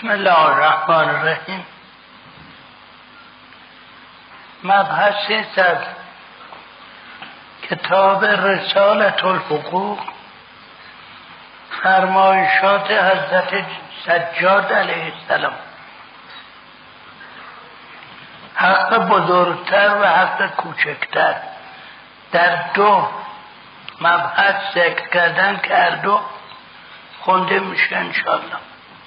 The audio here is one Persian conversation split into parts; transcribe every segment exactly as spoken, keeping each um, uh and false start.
بسم الله الرحمن الرحیم. مبحثی از کتاب رسالة الحقوق، فرمایشات حضرت سجاد علیه السلام. حق بزرگتر و حق کوچکتر در دو مبحث ذکر کردن که هر دو خونده میشه انشاءالله.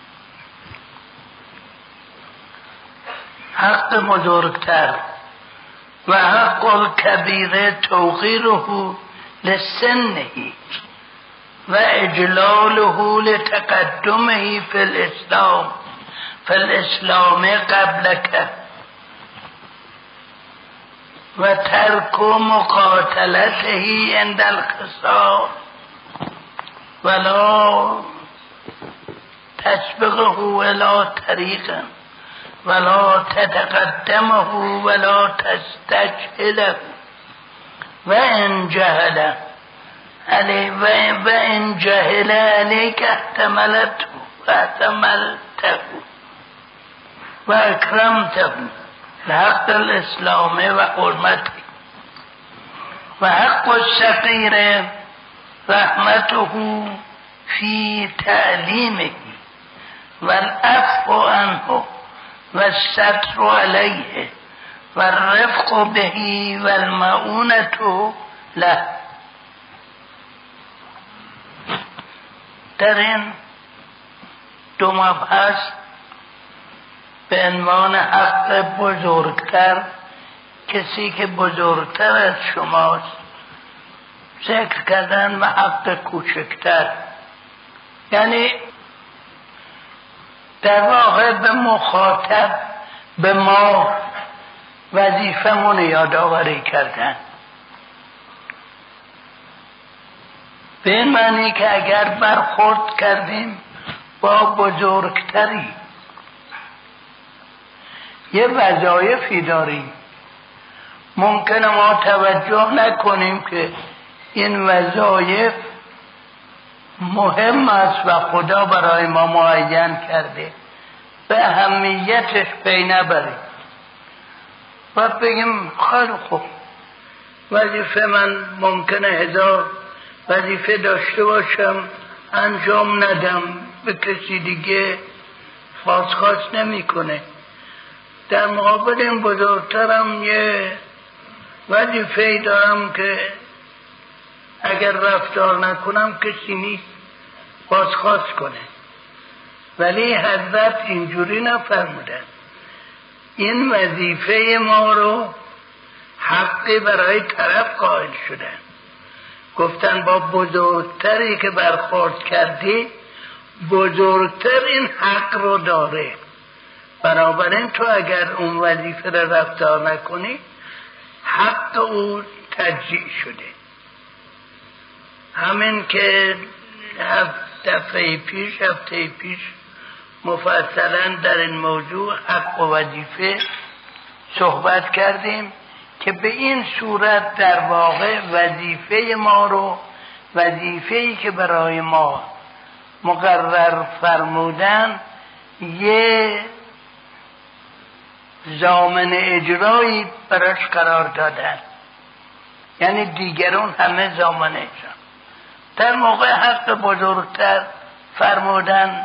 حق بزرگتر و حق الکبیر توقیره لسنه و اجلاله لتقدمه فی الاسلام فی الاسلام قبلک و ترک مقاتلته عند الخصام ولا تسبقه ولا طریقا ولا تتقدمه ولا تستجهله و ان جهل علی و ان جهل علیک احتملته و احتملته و اکرمته لحق الاسلام و حرمته و حق الصغیر رحمته فی تعلیمه و العفو عنه و الستر علیه و الرفق به و المعونة له. در این دو مبحث به عنوان حق بزرگتر، کسی که بزرگتر از شماست، ذکر کردن و حق کوچکتر، یعنی در واقع به مخاطب به ما وظیفمون یادآوری کردن، به این معنی که اگر برخورد کردیم با بزرگتری یه وظایفی داریم، ممکنه ما توجه نکنیم که این وظایف مهم است و خدا برای ما معین کرده، به اهمیتش پی نبریم و بگیم خیلی خوب وظیفه من ممکنه هزار وظیفه داشته باشم انجام ندم، به کسی دیگه خواست نمی کنه. در مقابل این بزرگترم یه وظیفه دارم که اگر رفتار نکنم کسی نیست بازخواست کنه، ولی حضرت اینجوری نفرمودن. این وظیفه ما رو حقی برای طرف قائل شدن، گفتن با بزرگتری که برخورد کردی بزرگتر این حق رو داره، بنابراین تو اگر اون وظیفه رو رفتار نکنی حق او تجزیه شده. همین که دفعه پیش هفته پیش مفصلا در این موضوع حق و وظیفه صحبت کردیم که به این صورت در واقع وظیفه ما رو، وظیفه‌ای که برای ما مقرر فرمودن، یه ضامن اجرایی براش قرار دادن، یعنی دیگران همه ضامن اجرا. در موقع حق بزرگتر فرمودن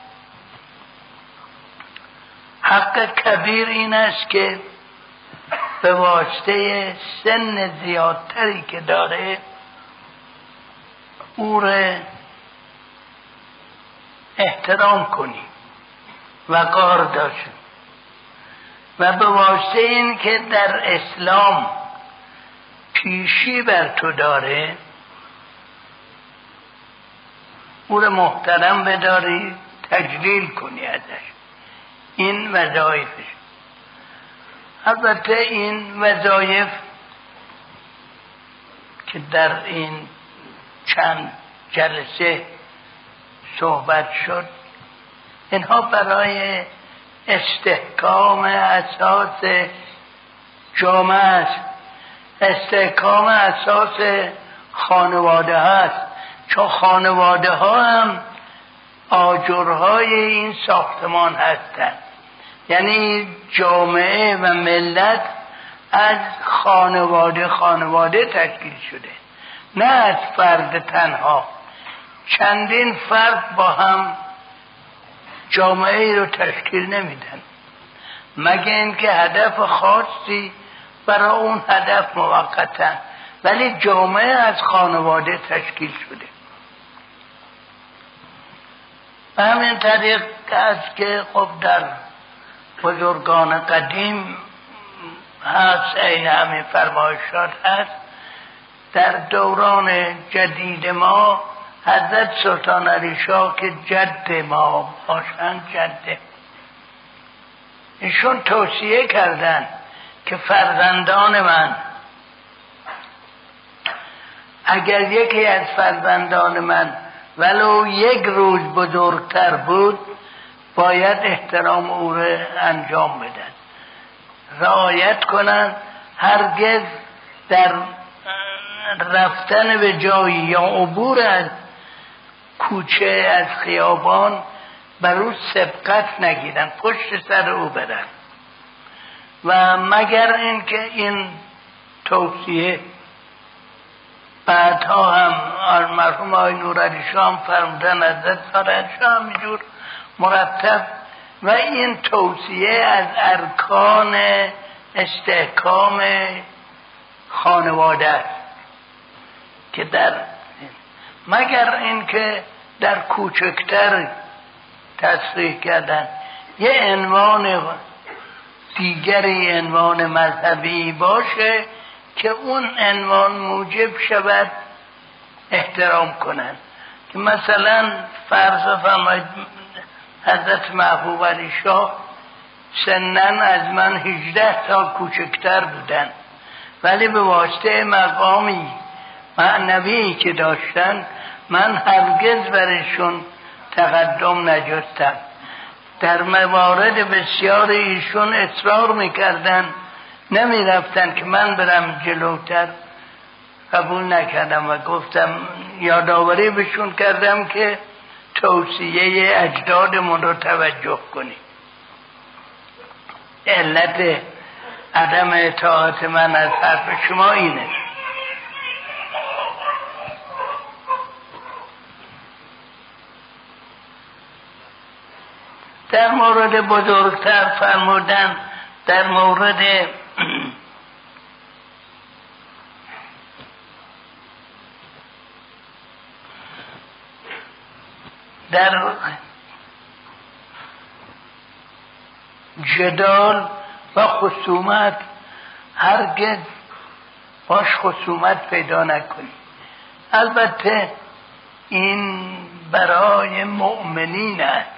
حق کبیر این است که به واسطه سن زیادتری که داره او را احترام کنی وقار داشت، و به واسطه این که در اسلام پیشی بر تو داره او را محترم بداری، تجلیل کنی ازش. این وظایفش. البته این وظایف که در این چند جلسه صحبت شد، اینها برای استحکام اساس جامعه است، استحکام اساس خانواده هست، چون خانواده ها هم آجرهای این ساختمان هستند. یعنی جامعه و ملت از خانواده خانواده تشکیل شده، نه از فرد تنها. چندین فرد با هم جامعه رو تشکیل نمیدن، مگه اینکه هدف خاصی برای اون هدف موقتن، ولی جامعه از خانواده تشکیل شده. به همین طریق است که خب در بزرگان قدیم هست، این همین فرمایشات هست. در دوران جدید ما حضرت سلطان علی شاه که جد ما باشند، جده، ایشون توصیه کردن که فرزندان من، اگر یکی از فرزندان من ولو یک روز بزرگتر بود، باید احترام او را انجام بدن، رعایت کنند، هرگز در رفتن به جایی یا عبور از کوچه از خیابان بر او سبقت نگیرن، پشت سر او برن. و مگر اینکه این توصیه بعدها هم مرحوم آقای نورعلی شاه فرمودن، حضرت فرهاد شاه همینجور مرتب، و این توصیه از ارکان استحکام خانواده است که در مگر اینکه در کوچکتر تصریح کردن یه عنوان دیگری، عنوان مذهبی باشه که اون عنوان موجب شود احترام کنند. که مثلا فرض فرمایید حضرت محبوب علی شاه سنن از من هجده سال کوچکتر بودن، ولی به واسطه مقامی معنوی که داشتن من هرگز برشون تقدم نجستم. در موارد بسیار ایشون اصرار میکردن، نمی رفتن که من برم جلوتر، قبول نکردم و گفتم، یادآوری بهشون کردم که توصیه اجدادمون رو توجه کنی. علت عدم اطاعت من از حرف شما اینه. در مورد بزرگتر فرمودن، در مورد در جدال و خصومت هرگز باش خصومت پیدا نکنی. البته این برای مؤمنین است،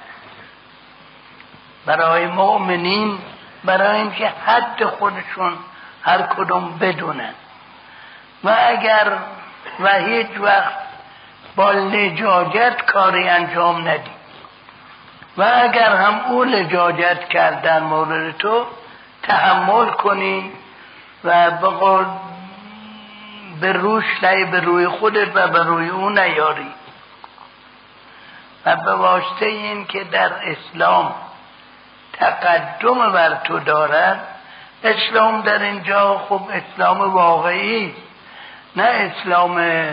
برای مؤمنین، برای اینکه حد خودشون هر کدوم بدونن و اگر و هیچ وقت با لجاجت کاری انجام ندی و اگر هم او لجاجت کرد در مورد تو تحمل کنی و بقول به روش نه به روی خودت و به روی او نیاری. و به واسطه این که در اسلام تقدم بر تو دارد، اسلام در اینجا خب اسلام واقعی، نه اسلام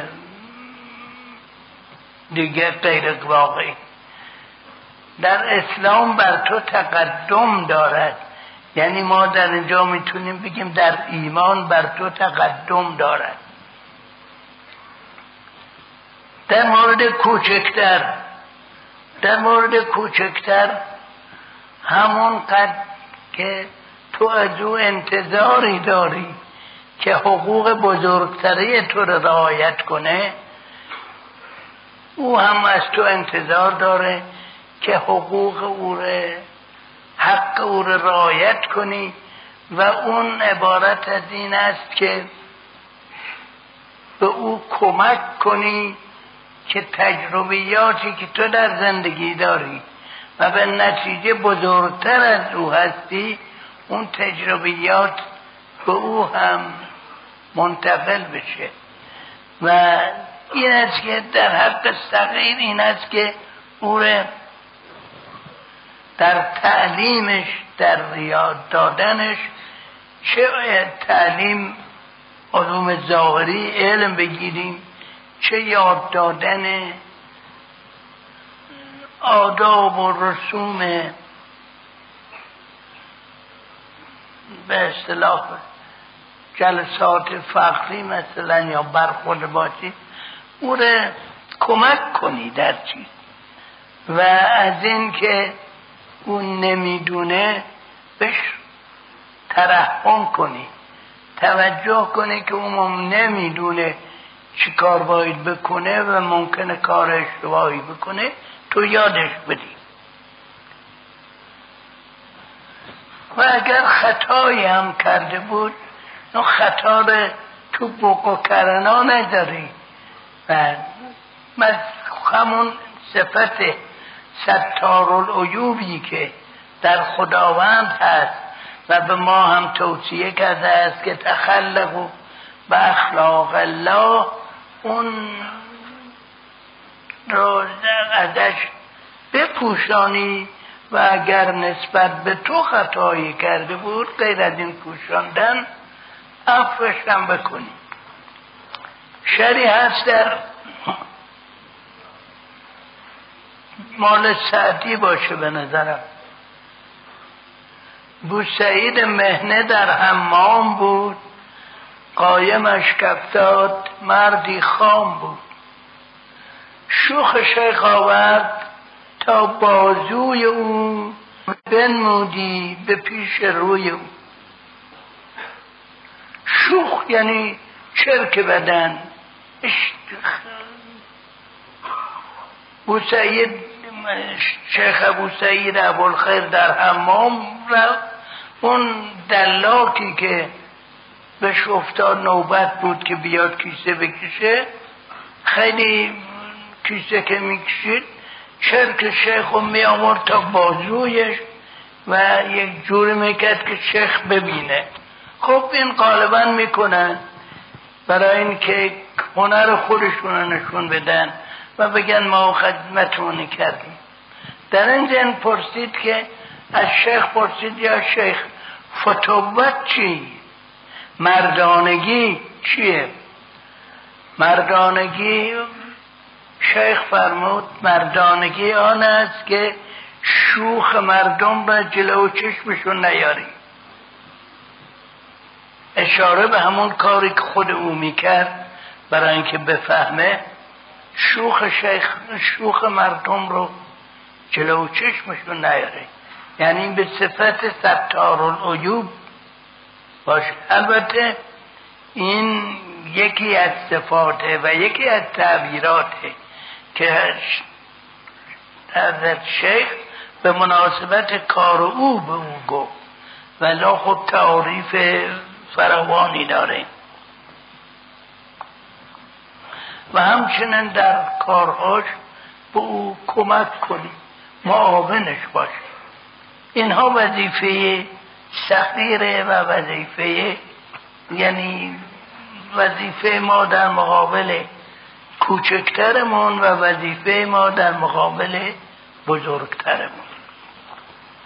دیگه غیر واقعی. در اسلام بر تو تقدم دارد، یعنی ما در اینجا میتونیم بگیم در ایمان بر تو تقدم دارد. در مورد کوچکتر در مورد کوچکتر همون قد که تو از او انتظاری داری که حقوق بزرگتری تو را رعایت کنه، او هم از تو انتظار داره که حقوق او را، حق او را رعایت کنی. و اون عبارت از این است که به او کمک کنی که تجربیاتی که تو در زندگی داری و به نتیجه بزرگتر از او هستی، اون تجربیات به او هم منتقل بشه. و این است که در حق صغیر این است که او را در تعلیمش، در یاد دادنش، چه تعلیم علوم ظاهری علم بگیریم، چه یاد دادن آداب و رسوم به اصطلاح جلسات فقری مثلا یا برخورد باشی، او را کمک کنی در چیز. و از این که اون نمیدونه بهش ترحم کنی، توجه کنی که اون نمیدونه چی کار باید بکنه و ممکنه کار اشتباهی بکنه، تو یادش بدی. و اگر خطایی هم کرده بود، نو خطا رو تو بوق و کرنا نداری و همون صفت ستارالعیوبی که در خداوند هست و به ما هم توصیه کرده است که تخلقوا به اخلاق الله، اون رو ازش بپوشانی و اگر نسبت به تو خطایی کرده بود غیر از این پوشاندن عفوش هم بکنی. شری هست در مال سعدی باشه به نظرم، بوسعید مهنه در حمام بود، قایمش کفتاد مردی خام بود، شوخ شیخ آورد تا بازوی او، بنمودی به پیش روی او. شوخ یعنی چرک بدن. بوسعید شیخ ابوسعید ابوالخیر در حمام رفت، اون دلاکی که بهش افتاد نوبت بود که بیاد کیسه بکشه، خیلی کیسه که میکشید چرک شیخ رو می آورد تا بازویش و یک جوری میکرد که شیخ ببینه. خب این غالبا میکنن برای اینکه هنر خودشون رو نشون بدن و بگن ما خدمتونی کردیم. در اینجا پرسید که از شیخ پرسید یا شیخ فتوت چی؟ مردانگی چیه؟ مردانگی شیخ فرمود مردانگی آن است که شوخ مردم را جلو چشمشون نیاری. اشاره به همون کاری که خود او میکرد برای اینکه بفهمه شوخ شیخ شوخ مردم رو جلو چشمشون نیاره، یعنی به صفت ستارالعیوب باشه. البته این یکی از صفاته و یکی از تعبیراته که حضرت شیخ به مناسبت کار او به او گفت، ولی خب تعریف فراوانی داره و همچنین در کارهاش به او کمک کنی، معاونش باشی. اینها وظیفه صغیره و وظیفه یعنی وظیفه ما در مقابل کوچکترمون و وظیفه ما در مقابل بزرگترمون.